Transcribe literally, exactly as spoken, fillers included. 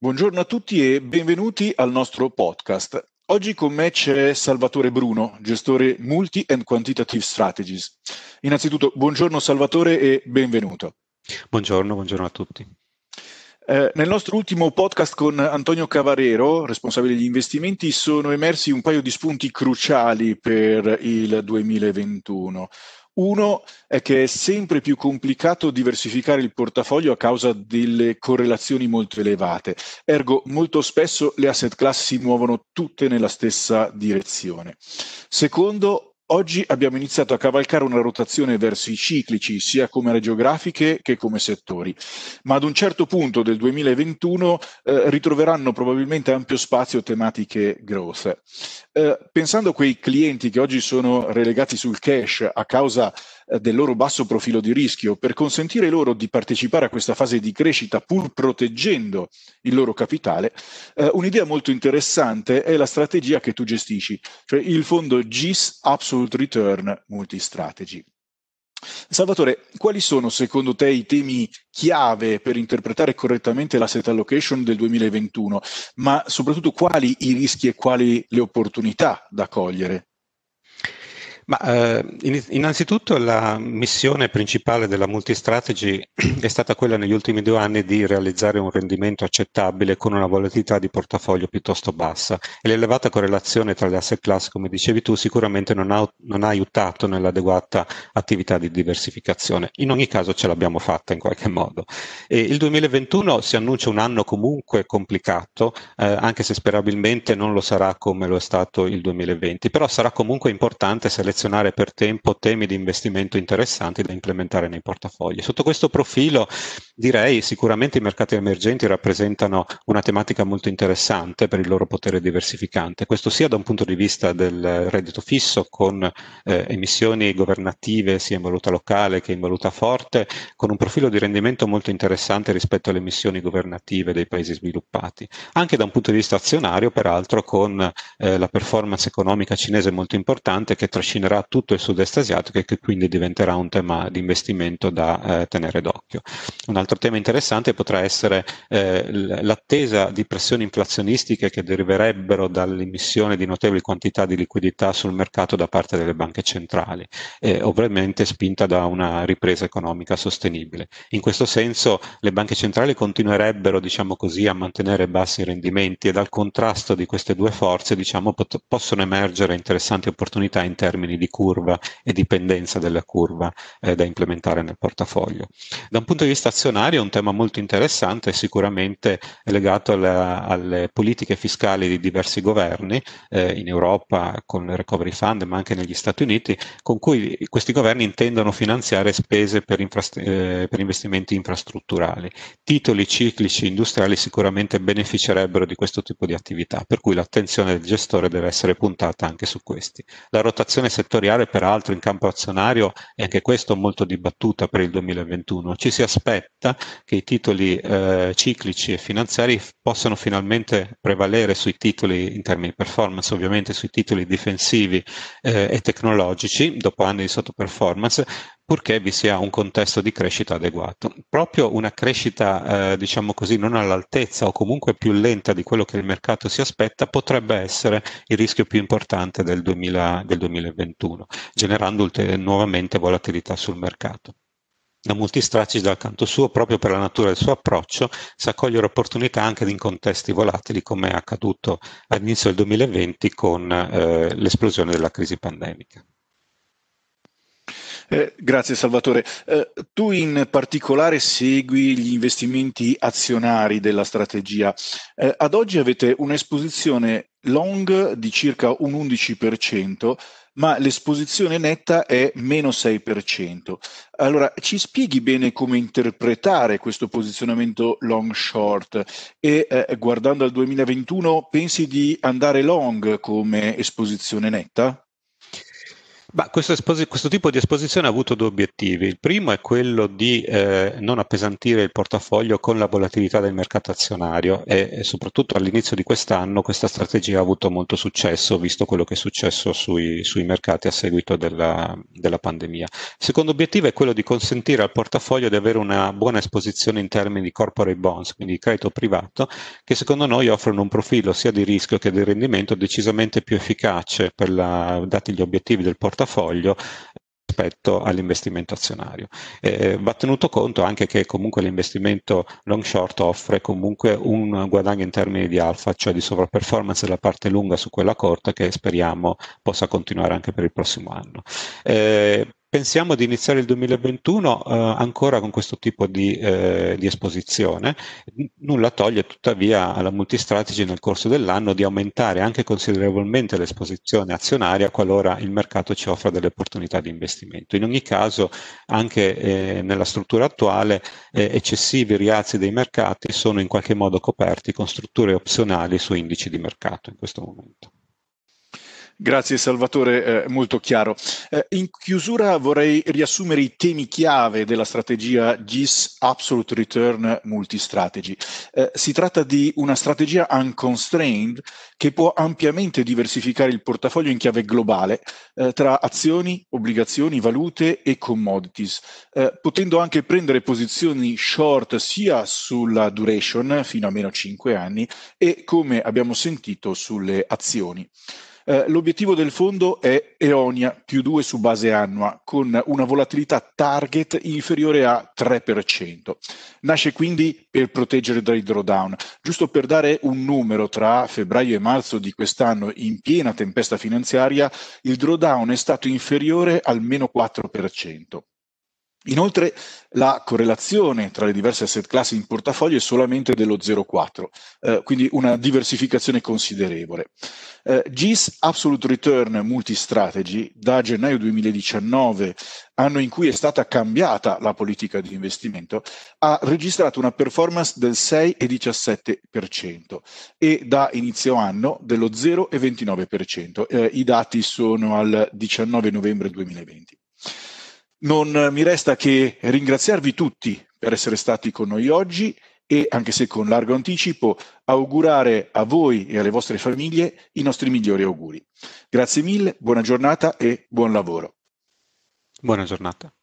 Buongiorno a tutti e benvenuti al nostro podcast. Oggi con me c'è Salvatore Bruno, gestore Multi and Quantitative Strategies. Innanzitutto, buongiorno Salvatore e benvenuto. Buongiorno, buongiorno a tutti. Eh, nel nostro ultimo podcast con Antonio Cavarero, responsabile degli investimenti, sono emersi un paio di spunti cruciali per il duemilaventuno. Uno è che è sempre più complicato diversificare il portafoglio a causa delle correlazioni molto elevate, ergo molto spesso le asset class si muovono tutte nella stessa direzione. Secondo, oggi abbiamo iniziato a cavalcare una rotazione verso i ciclici, sia come aree geografiche che come settori, ma ad un certo punto del duemilaventuno eh, ritroveranno probabilmente ampio spazio tematiche growth. Eh, pensando a quei clienti che oggi sono relegati sul cash a causa eh, del loro basso profilo di rischio, per consentire loro di partecipare a questa fase di crescita pur proteggendo il loro capitale, eh, un'idea molto interessante è la strategia che tu gestisci, cioè il fondo G I S Absolute Return Multi-Strategy. Salvatore, quali sono secondo te i temi chiave per interpretare correttamente l'asset allocation del duemilaventuno, ma soprattutto quali i rischi e quali le opportunità da cogliere? Ma eh, in- innanzitutto la missione principale della multistrategy è stata quella negli ultimi due anni di realizzare un rendimento accettabile con una volatilità di portafoglio piuttosto bassa e l'elevata correlazione tra le asset class, come dicevi tu, sicuramente non ha, non ha aiutato nell'adeguata attività di diversificazione. In ogni caso ce l'abbiamo fatta in qualche modo. E il duemilaventuno si annuncia un anno comunque complicato, eh, anche se sperabilmente non lo sarà come lo è stato il duemilaventi, però sarà comunque importante selezionare per tempo temi di investimento interessanti da implementare nei portafogli. Sotto questo profilo direi sicuramente i mercati emergenti rappresentano una tematica molto interessante per il loro potere diversificante, questo sia da un punto di vista del reddito fisso con eh, emissioni governative sia in valuta locale che in valuta forte, con un profilo di rendimento molto interessante rispetto alle emissioni governative dei paesi sviluppati. Anche da un punto di vista azionario, peraltro, con eh, la performance economica cinese molto importante che trascinerà tutto il sud-est asiatico e che quindi diventerà un tema di investimento da eh, tenere d'occhio. Un altro tema interessante potrà essere eh, l'attesa di pressioni inflazionistiche che deriverebbero dall'emissione di notevoli quantità di liquidità sul mercato da parte delle banche centrali, eh, ovviamente spinta da una ripresa economica sostenibile. In questo senso le banche centrali continuerebbero, diciamo così, a mantenere bassi rendimenti e dal contrasto di queste due forze, diciamo, pot- possono emergere interessanti opportunità in termini di curva e dipendenza della curva eh, da implementare nel portafoglio. Da un punto di vista azionario un tema molto interessante è sicuramente legato alla, alle politiche fiscali di diversi governi eh, in Europa con il Recovery Fund ma anche negli Stati Uniti, con cui questi governi intendono finanziare spese per, infra- eh, per investimenti infrastrutturali. Titoli ciclici industriali sicuramente beneficerebbero di questo tipo di attività, per cui l'attenzione del gestore deve essere puntata anche su questi. La rotazione settoriale peraltro in campo azionario è anche questo molto dibattuta per il duemilaventuno. Ci si aspetta che i titoli eh, ciclici e finanziari possano finalmente prevalere sui titoli in termini di performance, ovviamente sui titoli difensivi eh, e tecnologici dopo anni di sottoperformance, purché vi sia un contesto di crescita adeguato. Proprio una crescita, eh, diciamo così, non all'altezza o comunque più lenta di quello che il mercato si aspetta potrebbe essere il rischio più importante del, duemila, del duemilaventuno, generando ulter- nuovamente volatilità sul mercato. La multistrategy dal canto suo, proprio per la natura del suo approccio, sa cogliere opportunità anche in contesti volatili, come è accaduto all'inizio del duemilaventi con eh, l'esplosione della crisi pandemica. Eh, grazie Salvatore. Eh, tu in particolare segui gli investimenti azionari della strategia. Eh, ad oggi avete un'esposizione long di circa un undici per cento, ma l'esposizione netta è meno sei per cento. Allora, ci spieghi bene come interpretare questo posizionamento long short e eh, guardando al duemilaventuno pensi di andare long come esposizione netta? Ma questo, esposi- questo tipo di esposizione ha avuto due obiettivi. Il primo è quello di eh, non appesantire il portafoglio con la volatilità del mercato azionario e, e soprattutto all'inizio di quest'anno questa strategia ha avuto molto successo, visto quello che è successo sui, sui mercati a seguito della, della pandemia. Il secondo obiettivo è quello di consentire al portafoglio di avere una buona esposizione in termini di corporate bonds, quindi di credito privato, che secondo noi offrono un profilo sia di rischio che di rendimento decisamente più efficace per la, dati gli obiettivi del portafoglio rispetto all'investimento azionario. Eh, va tenuto conto anche che comunque l'investimento long short offre comunque un guadagno in termini di alfa, cioè di sovraperformance della parte lunga su quella corta, che speriamo possa continuare anche per il prossimo anno. Eh, Pensiamo di iniziare il duemilaventuno eh, ancora con questo tipo di, eh, di esposizione. Nulla toglie tuttavia alla multistrategy nel corso dell'anno di aumentare anche considerevolmente l'esposizione azionaria qualora il mercato ci offra delle opportunità di investimento. In ogni caso, anche eh, nella struttura attuale, eh, eccessivi rialzi dei mercati sono in qualche modo coperti con strutture opzionali su indici di mercato in questo momento. Grazie Salvatore, eh, molto chiaro. Eh, in chiusura vorrei riassumere i temi chiave della strategia G I S Absolute Return Multistrategy. Eh, si tratta di una strategia unconstrained che può ampiamente diversificare il portafoglio in chiave globale eh, tra azioni, obbligazioni, valute e commodities, eh, potendo anche prendere posizioni short sia sulla duration fino a meno cinque anni e, come abbiamo sentito, sulle azioni. Uh, l'obiettivo del fondo è Eonia più due su base annua, con una volatilità target inferiore a tre per cento. Nasce quindi per proteggere dai drawdown. Giusto per dare un numero, tra febbraio e marzo di quest'anno, in piena tempesta finanziaria, il drawdown è stato inferiore al meno quattro per cento. Inoltre la correlazione tra le diverse asset class in portafoglio è solamente dello zero virgola quattro, eh, quindi una diversificazione considerevole. Eh, G I S Absolute Return Multistrategy da gennaio duemiladiciannove, anno in cui è stata cambiata la politica di investimento, ha registrato una performance del sei virgola diciassette per cento e da inizio anno dello zero virgola ventinove per cento. Eh, I dati sono al diciannove novembre duemilaventi. Non mi resta che ringraziarvi tutti per essere stati con noi oggi e, anche se con largo anticipo, augurare a voi e alle vostre famiglie i nostri migliori auguri. Grazie mille, buona giornata e buon lavoro. Buona giornata.